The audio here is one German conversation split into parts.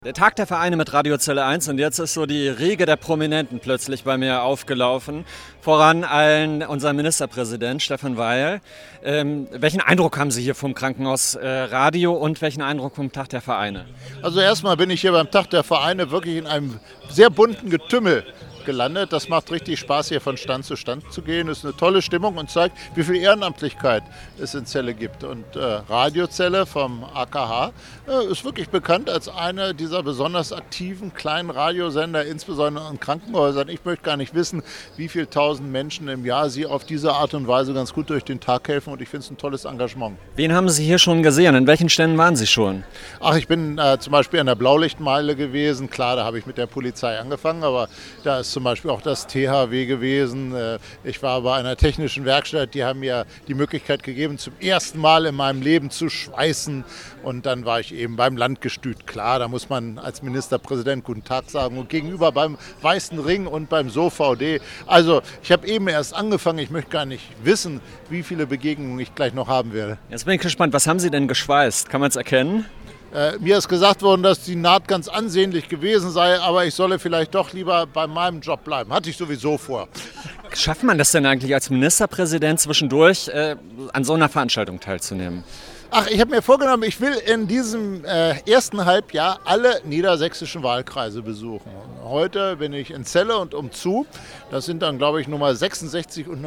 Der Tag der Vereine mit Radio Zelle 1 und jetzt ist so die Riege der Prominenten plötzlich bei mir aufgelaufen. Voran allen unser Ministerpräsident Stefan Weil. Welchen Eindruck haben Sie hier vom Krankenhaus Radio und welchen Eindruck vom Tag der Vereine? Also erstmal bin ich hier beim Tag der Vereine wirklich in einem sehr bunten Getümmel gelandet. Das macht richtig Spaß, hier von Stand zu Stand zu gehen. Es ist eine tolle Stimmung und zeigt, wie viel Ehrenamtlichkeit es in Celle gibt. Und Radio Celle vom AKH ist wirklich bekannt als einer dieser besonders aktiven kleinen Radiosender, insbesondere in Krankenhäusern. Ich möchte gar nicht wissen, wie viele tausend Menschen im Jahr sie auf diese Art und Weise ganz gut durch den Tag helfen. Und ich finde es ein tolles Engagement. Wen haben Sie hier schon gesehen? In welchen Ständen waren Sie schon? Ach, ich bin zum Beispiel an der Blaulichtmeile gewesen. Klar, da habe ich mit der Polizei angefangen, aber da ist zum Beispiel auch das THW gewesen. Ich war bei einer technischen Werkstatt, die haben mir die Möglichkeit gegeben, zum ersten Mal in meinem Leben zu schweißen. Und dann war ich eben beim Landgestüt. Klar, da muss man als Ministerpräsident guten Tag sagen. Und gegenüber beim Weißen Ring und beim SOVD. Also ich habe eben erst angefangen. Ich möchte gar nicht wissen, wie viele Begegnungen ich gleich noch haben werde. Jetzt bin ich gespannt. Was haben Sie denn geschweißt? Kann man es erkennen? Mir ist gesagt worden, dass die Naht ganz ansehnlich gewesen sei, aber ich solle vielleicht doch lieber bei meinem Job bleiben. Hatte ich sowieso vor. Schafft man das denn eigentlich als Ministerpräsident zwischendurch, an so einer Veranstaltung teilzunehmen? Ach, ich habe mir vorgenommen, ich will in diesem ersten Halbjahr alle niedersächsischen Wahlkreise besuchen. Heute bin ich in Celle und umzu. Das sind dann, glaube ich, Nummer 66 und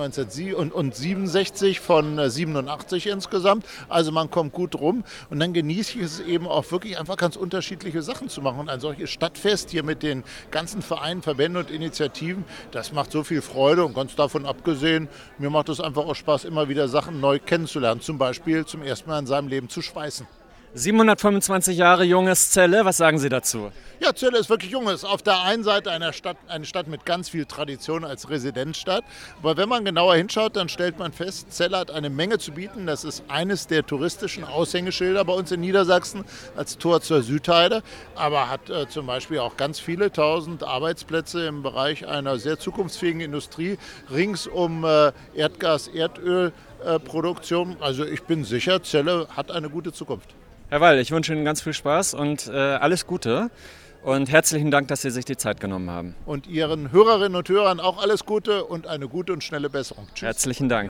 67 von 87 insgesamt. Also man kommt gut rum und dann genieße ich es eben auch wirklich einfach ganz unterschiedliche Sachen zu machen. Und ein solches Stadtfest hier mit den ganzen Vereinen, Verbänden und Initiativen, das macht so viel Freude und ganz davon abgesehen, mir macht es einfach auch Spaß, immer wieder Sachen neu kennenzulernen. Zum Beispiel zum ersten Mal in seinem Leben zu schweißen. 725 Jahre junges Celle, was sagen Sie dazu? Ja, Celle ist wirklich jung. Es ist auf der einen Seite eine Stadt mit ganz viel Tradition als Residenzstadt. Aber wenn man genauer hinschaut, dann stellt man fest, Celle hat eine Menge zu bieten. Das ist eines der touristischen Aushängeschilder bei uns in Niedersachsen als Tor zur Südheide. Aber hat zum Beispiel auch ganz viele tausend Arbeitsplätze im Bereich einer sehr zukunftsfähigen Industrie rings um Erdgas, Erdölproduktion. Also ich bin sicher, Celle hat eine gute Zukunft. Herr Weil, ich wünsche Ihnen ganz viel Spaß und alles Gute und herzlichen Dank, dass Sie sich die Zeit genommen haben. Und Ihren Hörerinnen und Hörern auch alles Gute und eine gute und schnelle Besserung. Tschüss. Herzlichen Dank.